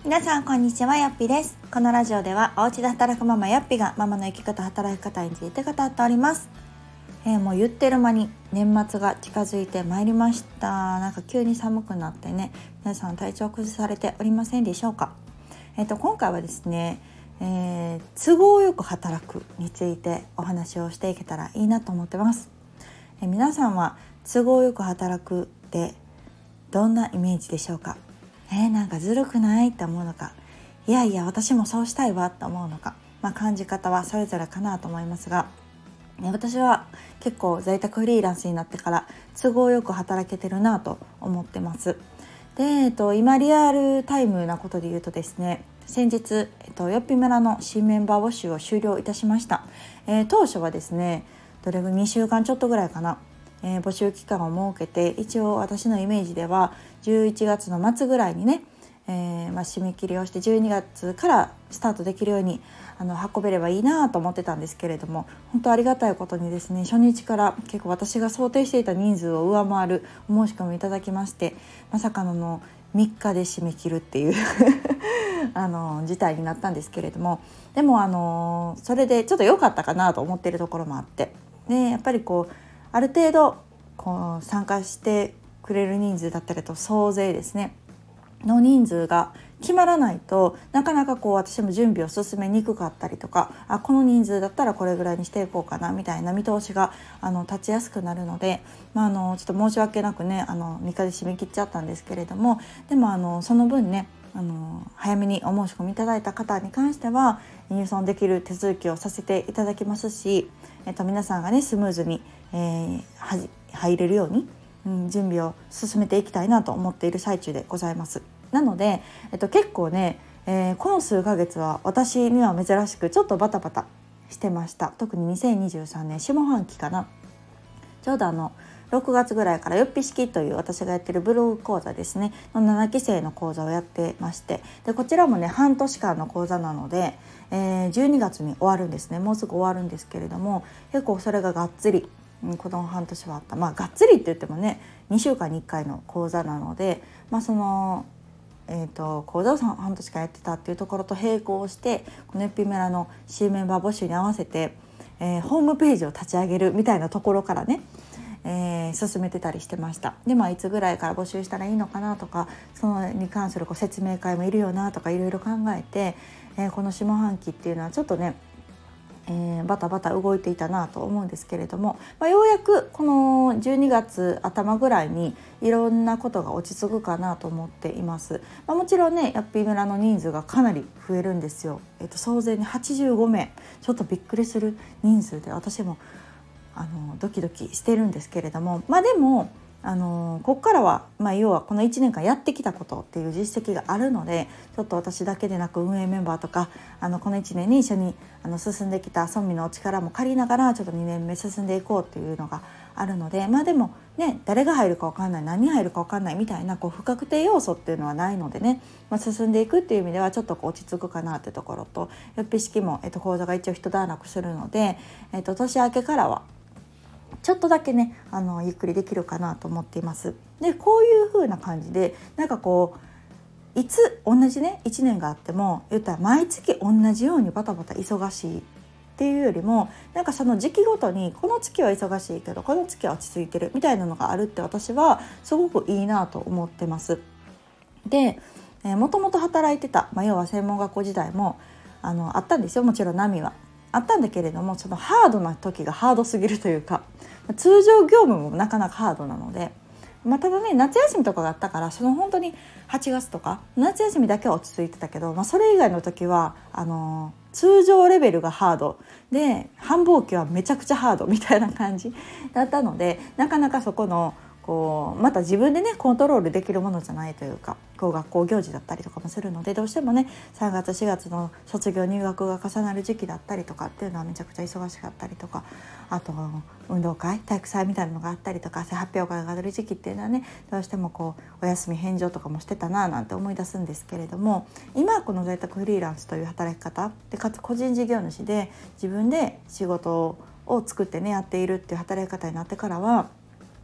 皆さんこんにちは、よっぴです。このラジオではお家で働くママよっぴがママの生き方働き方について語っております。もう言ってる間に年末が近づいてまいりました。なんか急に寒くなってね、皆さん体調崩されておりませんでしょうか。今回はですね、都合よく働くについてお話をしていけたらいいなと思ってます。皆さんは都合よく働くってどんなイメージでしょうか。なんかずるくないって思うのか、いやいや私もそうしたいわって思うのか、感じ方はそれぞれかなと思いますが、私は結構在宅フリーランスになってから都合よく働けてるなと思ってます。で、今リアルタイムなことで言うとですね、先日、よっぴ村の新メンバー募集を終了いたしました。当初はですね、2週間ちょっとぐらいかな、募集期間を設けて、一応私のイメージでは11月の末ぐらいにね、締め切りをして12月からスタートできるように運べればいいなと思ってたんですけれども、本当ありがたいことにですね、初日から結構私が想定していた人数を上回るお申し込みいただきまして、まさかの3日で締め切るっていう事態になったんですけれども、でもそれでちょっと良かったかなと思っているところもあって、でやっぱりある程度参加してくれる人数だったりと総勢ですねの人数が決まらないと、なかなか私も準備を進めにくかったりとか、この人数だったらこれぐらいにしていこうかなみたいな見通しが立ちやすくなるので、ちょっと申し訳なくね3日で締め切っちゃったんですけれども、でもその分ね早めにお申し込みいただいた方に関しては入村できる手続きをさせていただきますし、皆さんがねスムーズに、入れるように、準備を進めていきたいなと思っている最中でございます。なので、結構ね、この数ヶ月は私には珍しくちょっとバタバタしてました。特に2023年下半期かな、ちょうど6月ぐらいからよっぴ式という私がやってるブログ講座ですねの7期生の講座をやってまして、でこちらもね半年間の講座なので、12月に終わるんですね。もうすぐ終わるんですけれども、結構それががっつりこの半年はあった。がっつりって言ってもね2週間に1回の講座なので、その講座を半年間やってたっていうところと並行して、このよっぴ村の新メンバー募集に合わせて、ホームページを立ち上げるみたいなところからね、進めてたりしてました。でいつぐらいから募集したらいいのかなとか、そのに関する説明会もいるよなとかいろいろ考えて、この下半期っていうのはちょっとね、バタバタ動いていたなと思うんですけれども、ようやくこの12月頭ぐらいにいろんなことが落ち着くかなと思っています。もちろんねやっぴ村の人数がかなり増えるんですよ。総勢に85名、ちょっとびっくりする人数で、私もドキドキしてるんですけれども、でもここからは、要はこの1年間やってきたことっていう実績があるので、ちょっと私だけでなく運営メンバーとかこの1年に一緒に進んできた村民のお力も借りながらちょっと2年目進んでいこうっていうのがあるので、でもね誰が入るか分かんない、何人入るか分かんないみたいな不確定要素っていうのはないのでね、進んでいくっていう意味ではちょっと落ち着くかなってところと、よっぴ式も、講座が一応一段落するので、年明けからはちょっとだけねゆっくりできるかなと思っています。でこういう風な感じでいつ同じね1年があっても言ったら毎月同じようにバタバタ忙しいっていうよりも、その時期ごとにこの月は忙しいけどこの月は落ち着いてるみたいなのがあるって私はすごくいいなと思ってます。でもともと働いてた、要は専門学校時代もあったんですよ。もちろん波はあったんだけれども、そのハードな時がハードすぎるというか、通常業務もなかなかハードなので、ただね夏休みとかがあったから、その本当に8月とか夏休みだけは落ち着いてたけど、それ以外の時は通常レベルがハードで繁忙期はめちゃくちゃハードみたいな感じだったので、なかなかそこのまた自分でねコントロールできるものじゃないというか、学校行事だったりとかもするので、どうしてもね3月4月の卒業入学が重なる時期だったりとかっていうのはめちゃくちゃ忙しかったりとか、あと運動会体育祭みたいなのがあったりとか、発表会が出る時期っていうのはねどうしてもお休み返上とかもしてたななんて思い出すんですけれども、今はこの在宅フリーランスという働き方で、かつ個人事業主で自分で仕事を作ってねやっているっていう働き方になってからは、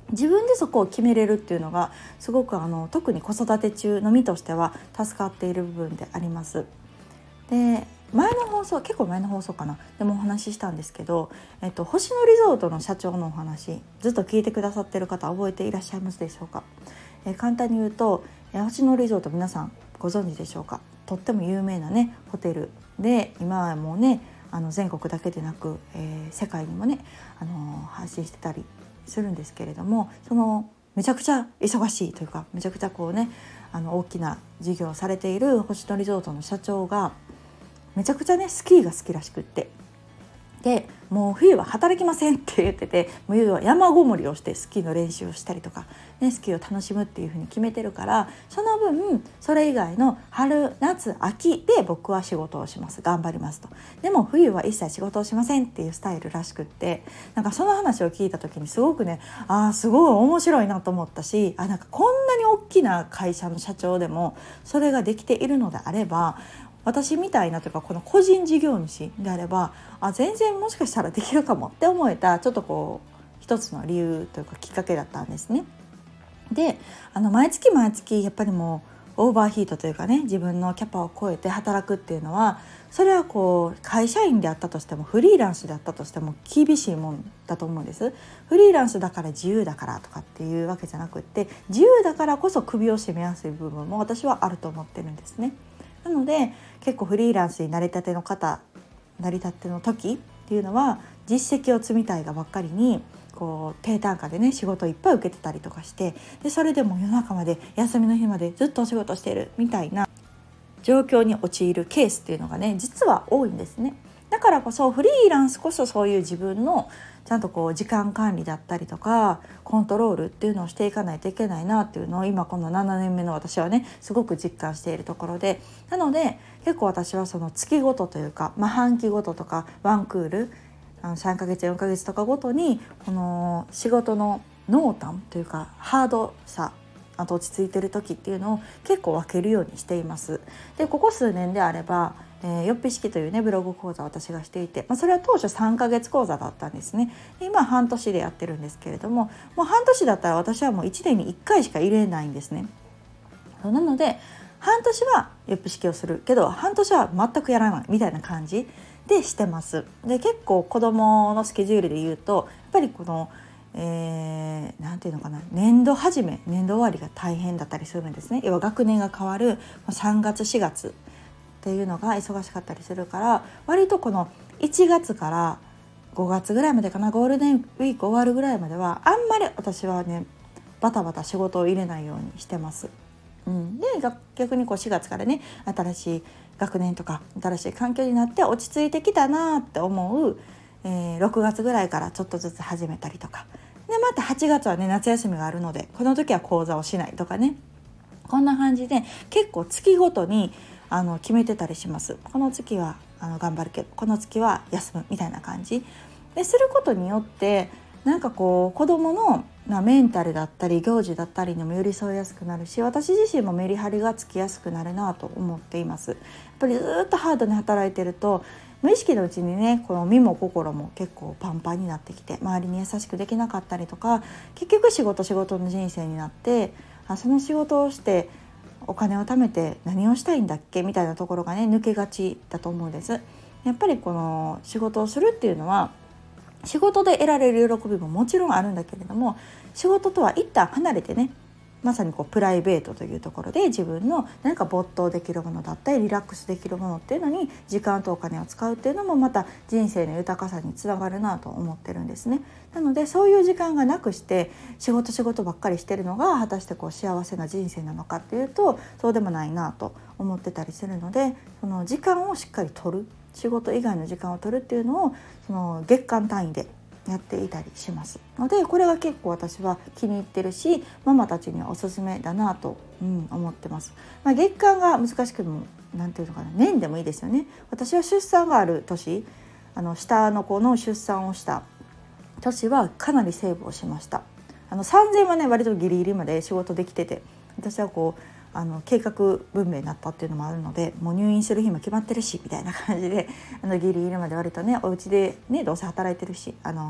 自分でそこを決めれるっていうのがすごく特に子育て中の身としては助かっている部分であります。で結構前の放送かなでもお話ししたんですけど、星野リゾートの社長のお話ずっと聞いてくださってる方覚えていらっしゃいますでしょうか。簡単に言うと、星野リゾート皆さんご存知でしょうか。とっても有名なねホテルで、今はもうね全国だけでなく、世界にもね発信してたりするんですけれども、そのめちゃくちゃ忙しいというか、めちゃくちゃこうね大きな事業をされている星野リゾートの社長がめちゃくちゃねスキーが好きらしくって、でもう冬は働きませんって言ってて、もう冬は山ごもりをしてスキーの練習をしたりとか、ね、スキーを楽しむっていう風に決めてるから、その分それ以外の春夏秋で僕は仕事をします、頑張りますと。でも冬は一切仕事をしませんっていうスタイルらしくって、なんかその話を聞いた時にすごくねすごい面白いなと思ったし、なんかこんなに大きな会社の社長でもそれができているのであれば、私みたいなというかこの個人事業主であれば全然もしかしたらできるかもって思えた、ちょっとこう一つの理由というかきっかけだったんですね。で毎月毎月やっぱりもうオーバーヒートというかね、自分のキャパを超えて働くっていうのは、それはこう会社員であったとしてもフリーランスであったとしても厳しいもんだと思うんです。フリーランスだから自由だからとかっていうわけじゃなくって、自由だからこそ首を絞めやすい部分も私はあると思ってるんですね。なので結構フリーランスになりたての時っていうのは実績を積みたいがばっかりにこう低単価でね仕事をいっぱい受けてたりとかして、でそれでも夜中まで休みの日までずっとお仕事しているみたいな状況に陥るケースっていうのがね実は多いんですね。だからこそフリーランスこそそういう自分のちゃんとこう時間管理だったりとかコントロールっていうのをしていかないといけないなっていうのを今この7年目の私はねすごく実感しているところで、なので結構私はその月ごとというか、半期ごととかワンクール3ヶ月4ヶ月とかごとにこの仕事の濃淡というかハードさ、あと落ち着いてる時っていうのを結構分けるようにしています。でここ数年であればよっぴ式というねブログ講座を私がしていて、それは当初3ヶ月講座だったんですね。で今半年でやってるんですけれども、もう半年だったら私はもう1年に1回しか入れないんですね。なので半年はよっぴ式をするけど半年は全くやらないみたいな感じでしてます。で結構子どものスケジュールで言うとやっぱりこのなんていうのかな、年度始め年度終わりが大変だったりするんですね。要は学年が変わる3月4月っていうのが忙しかったりするから、割とこの1月から5月ぐらいまでかな、ゴールデンウィーク終わるぐらいまではあんまり私はねバタバタ仕事を入れないようにしてます。で逆にこう4月からね新しい学年とか新しい環境になって落ち着いてきたなって思う、6月ぐらいからちょっとずつ始めたりとかで、また8月はね夏休みがあるのでこの時は講座をしないとかね、こんな感じで結構月ごとに決めてたりします。この月は頑張るけどこの月は休むみたいな感じですることによってなんかこう子どものメンタルだったり行事だったりにも寄り添いやすくなるし、私自身もメリハリがつきやすくなるなと思っています。やっぱりずっとハードに働いてると無意識のうちにねこの身も心も結構パンパンになってきて周りに優しくできなかったりとか、結局仕事の人生になってその仕事をしてお金を貯めて何をしたいんだっけみたいなところがね抜けがちだと思うんです。やっぱりこの仕事をするっていうのは仕事で得られる喜びももちろんあるんだけれども、仕事とは一旦離れてねまさにこうプライベートというところで自分の何か没頭できるものだったりリラックスできるものっていうのに時間とお金を使うっていうのもまた人生の豊かさにつながるなと思ってるんですね。なのでそういう時間がなくして仕事ばっかりしてるのが果たしてこう幸せな人生なのかっていうとそうでもないなと思ってたりするので、その時間をしっかり取る、仕事以外の時間を取るっていうのをその月間単位でやっていたりしますので、これが結構私は気に入ってるしママたちにはおすすめだなと、思ってます。月間が難しくてもなんていうのかな、年でもいいですよね。私は出産がある年下の子の出産をした年はかなりセーブをしました。3000はね割とギリギリまで仕事できてて、私はこう計画文明になったっていうのもあるのでもう入院する日も決まってるしみたいな感じでギリギリまで割とねお家でねどうせ働いてるし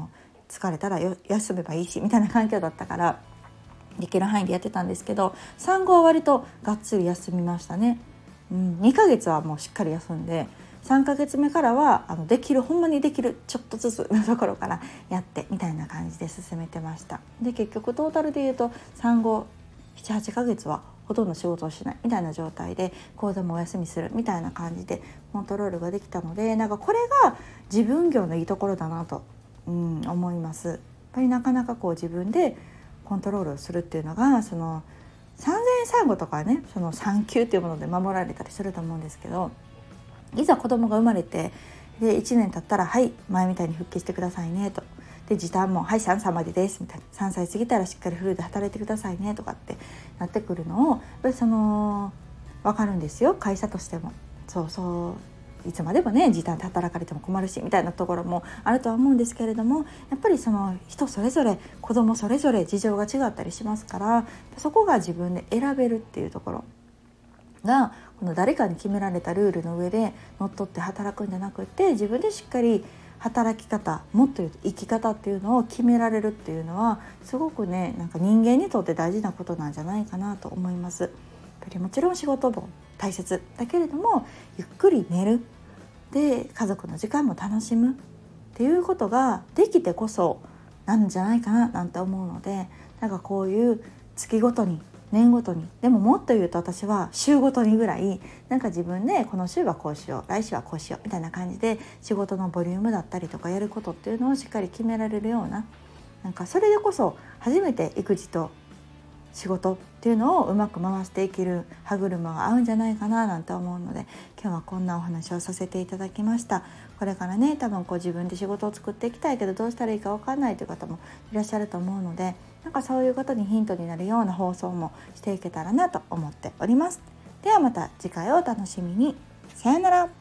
疲れたら休めばいいしみたいな環境だったからできる範囲でやってたんですけど、産後は割とがっつり休みましたね。2ヶ月はもうしっかり休んで、3ヶ月目からはほんまにできるちょっとずつのところからやってみたいな感じで進めてました。で結局トータルで言うと産後 7,8 ヶ月はほとんど仕事をしないみたいな状態で、講座もお休みするみたいな感じでコントロールができたので、なんかこれが自分業のいいところだなと、思います。やっぱりなかなかこう自分でコントロールをするっていうのが、その産前産後とかね、その産休っていうもので守られたりすると思うんですけど、いざ子供が生まれてで1年経ったら、はい前みたいに復帰してくださいねと、で時短もはい3歳までですみたいな、3歳過ぎたらしっかりフルで働いてくださいねとかってなってくるのを、やっぱり分かるんですよ、会社としても。いつまでもね時短で働かれても困るしみたいなところもあるとは思うんですけれども、やっぱりその人それぞれ、子供それぞれ事情が違ったりしますから、そこが自分で選べるっていうところが、この誰かに決められたルールの上で乗っ取って働くんじゃなくて、自分でしっかり働き方、もっと言うと生き方っていうのを決められるっていうのは、すごくねなんか人間にとって大事なことなんじゃないかなと思います。やっぱりもちろん仕事も大切だけれども、ゆっくり寝る、で家族の時間も楽しむっていうことができてこそなんじゃないかななんて思うので、なんかこういう月ごとに年ごとに、でももっと言うと私は週ごとにぐらい、なんか自分でこの週はこうしよう、来週はこうしようみたいな感じで仕事のボリュームだったりとかやることっていうのをしっかり決められるような、なんかそれでこそ初めて育児と仕事っていうのをうまく回していける歯車が合うんじゃないかななんて思うので、今日はこんなお話をさせていただきました。これからね多分こう自分で仕事を作っていきたいけどどうしたらいいか分かんないという方もいらっしゃると思うので、なんかそういうことにヒントになるような放送もしていけたらなと思っております。ではまた次回をお楽しみに。さよなら。